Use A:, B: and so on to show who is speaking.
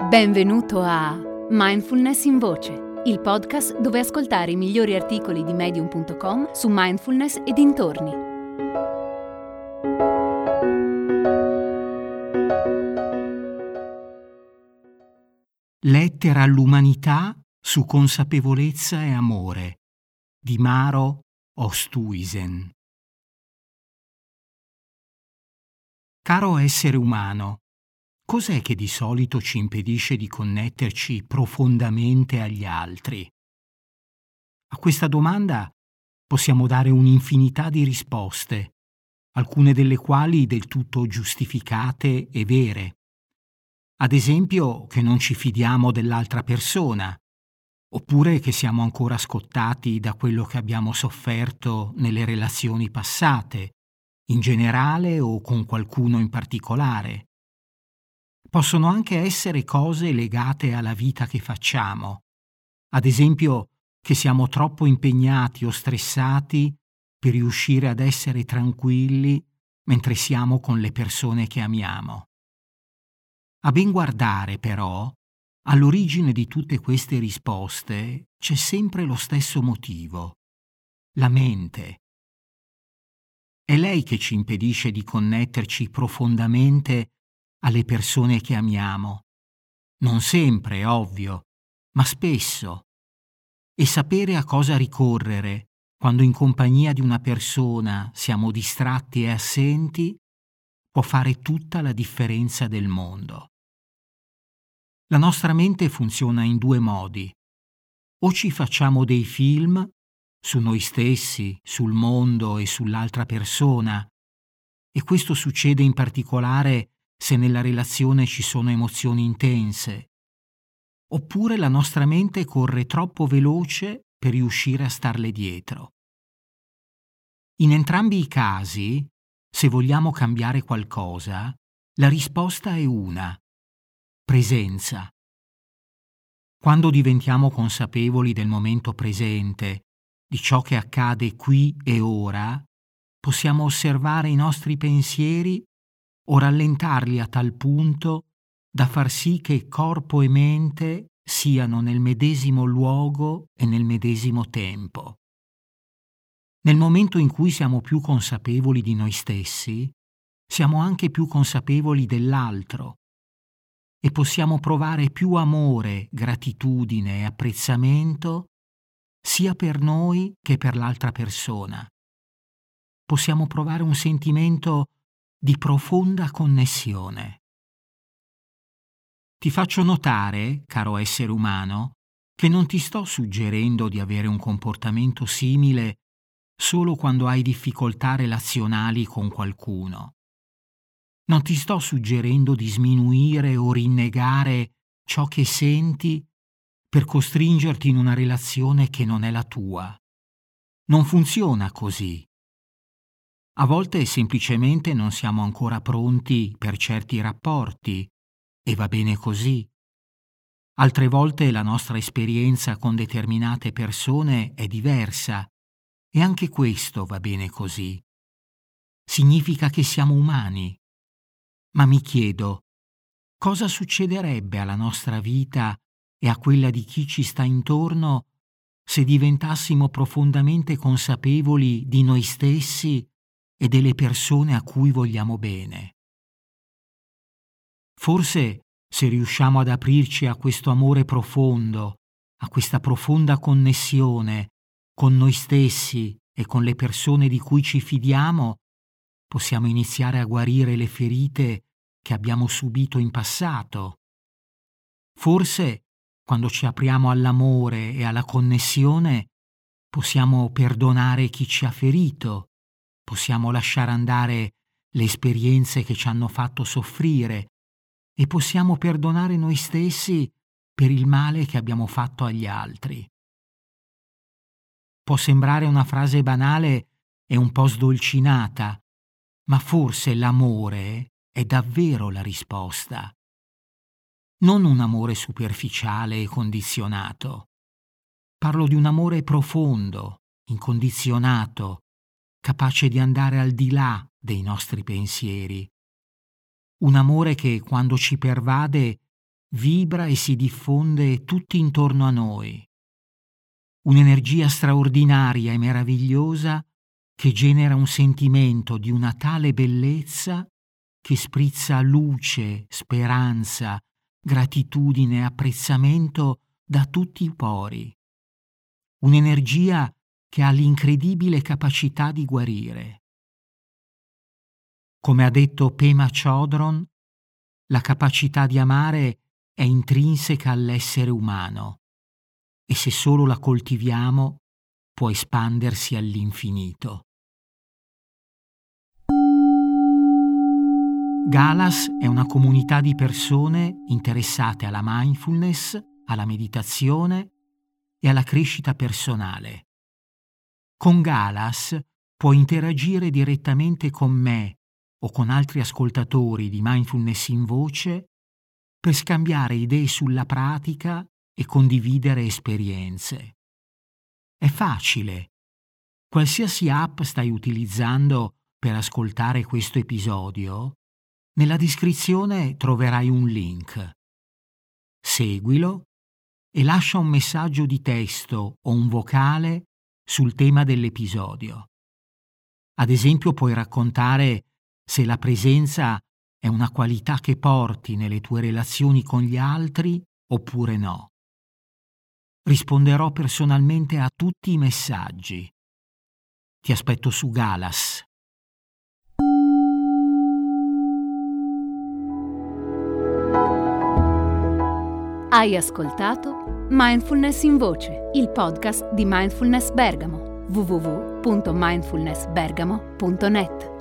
A: Benvenuto a Mindfulness in Voce, il podcast dove ascoltare i migliori articoli di Medium.com su mindfulness e dintorni.
B: Lettera all'umanità su consapevolezza e amore di Maro Oosthuizen. Caro essere umano, cos'è che di solito ci impedisce di connetterci profondamente agli altri? A questa domanda possiamo dare un'infinità di risposte, alcune delle quali del tutto giustificate e vere. Ad esempio, che non ci fidiamo dell'altra persona, oppure che siamo ancora scottati da quello che abbiamo sofferto nelle relazioni passate, in generale o con qualcuno in particolare. Possono anche essere cose legate alla vita che facciamo, ad esempio che siamo troppo impegnati o stressati per riuscire ad essere tranquilli mentre siamo con le persone che amiamo. A ben guardare, però, all'origine di tutte queste risposte c'è sempre lo stesso motivo: la mente. È lei che ci impedisce di connetterci profondamente alle persone che amiamo. Non sempre, ovvio, ma spesso. E sapere a cosa ricorrere quando in compagnia di una persona siamo distratti e assenti può fare tutta la differenza del mondo. La nostra mente funziona in due modi. O ci facciamo dei film su noi stessi, sul mondo e sull'altra persona, e questo succede in particolare se nella relazione ci sono emozioni intense, oppure la nostra mente corre troppo veloce per riuscire a starle dietro. In entrambi i casi, se vogliamo cambiare qualcosa, la risposta è una: presenza. Quando diventiamo consapevoli del momento presente, di ciò che accade qui e ora, possiamo osservare i nostri pensieri o rallentarli a tal punto da far sì che corpo e mente siano nel medesimo luogo e nel medesimo tempo. Nel momento in cui siamo più consapevoli di noi stessi, siamo anche più consapevoli dell'altro e possiamo provare più amore, gratitudine e apprezzamento sia per noi che per l'altra persona. Possiamo provare un sentimento di profonda connessione. Ti faccio notare, caro essere umano, che non ti sto suggerendo di avere un comportamento simile solo quando hai difficoltà relazionali con qualcuno. Non ti sto suggerendo di sminuire o rinnegare ciò che senti per costringerti in una relazione che non è la tua. Non funziona così. A volte semplicemente non siamo ancora pronti per certi rapporti e va bene così. Altre volte la nostra esperienza con determinate persone è diversa e anche questo va bene così. Significa che siamo umani. Ma mi chiedo, cosa succederebbe alla nostra vita e a quella di chi ci sta intorno se diventassimo profondamente consapevoli di noi stessi e delle persone a cui vogliamo bene? Forse, se riusciamo ad aprirci a questo amore profondo, a questa profonda connessione con noi stessi e con le persone di cui ci fidiamo, possiamo iniziare a guarire le ferite che abbiamo subito in passato. Forse, quando ci apriamo all'amore e alla connessione, possiamo perdonare chi ci ha ferito, possiamo lasciare andare le esperienze che ci hanno fatto soffrire e possiamo perdonare noi stessi per il male che abbiamo fatto agli altri. Può sembrare una frase banale e un po' sdolcinata, ma forse l'amore è davvero la risposta. Non un amore superficiale e condizionato. Parlo di un amore profondo, incondizionato, capace di andare al di là dei nostri pensieri. Un amore che, quando ci pervade, vibra e si diffonde tutti intorno a noi. Un'energia straordinaria e meravigliosa che genera un sentimento di una tale bellezza che sprizza luce, speranza, gratitudine e apprezzamento da tutti i pori. Un'energia che ha l'incredibile capacità di guarire. Come ha detto Pema Chodron, la capacità di amare è intrinseca all'essere umano e se solo la coltiviamo può espandersi all'infinito. Galas è una comunità di persone interessate alla mindfulness, alla meditazione e alla crescita personale. Con Galas puoi interagire direttamente con me o con altri ascoltatori di Mindfulness in Voce per scambiare idee sulla pratica e condividere esperienze. È facile. Qualsiasi app stai utilizzando per ascoltare questo episodio, nella descrizione troverai un link. Seguilo e lascia un messaggio di testo o un vocale sul tema dell'episodio. Ad esempio, puoi raccontare se la presenza è una qualità che porti nelle tue relazioni con gli altri oppure no. Risponderò personalmente a tutti i messaggi. Ti aspetto su Galas.
A: Hai ascoltato Mindfulness in Voce, il podcast di Mindfulness Bergamo, www.mindfulnessbergamo.net.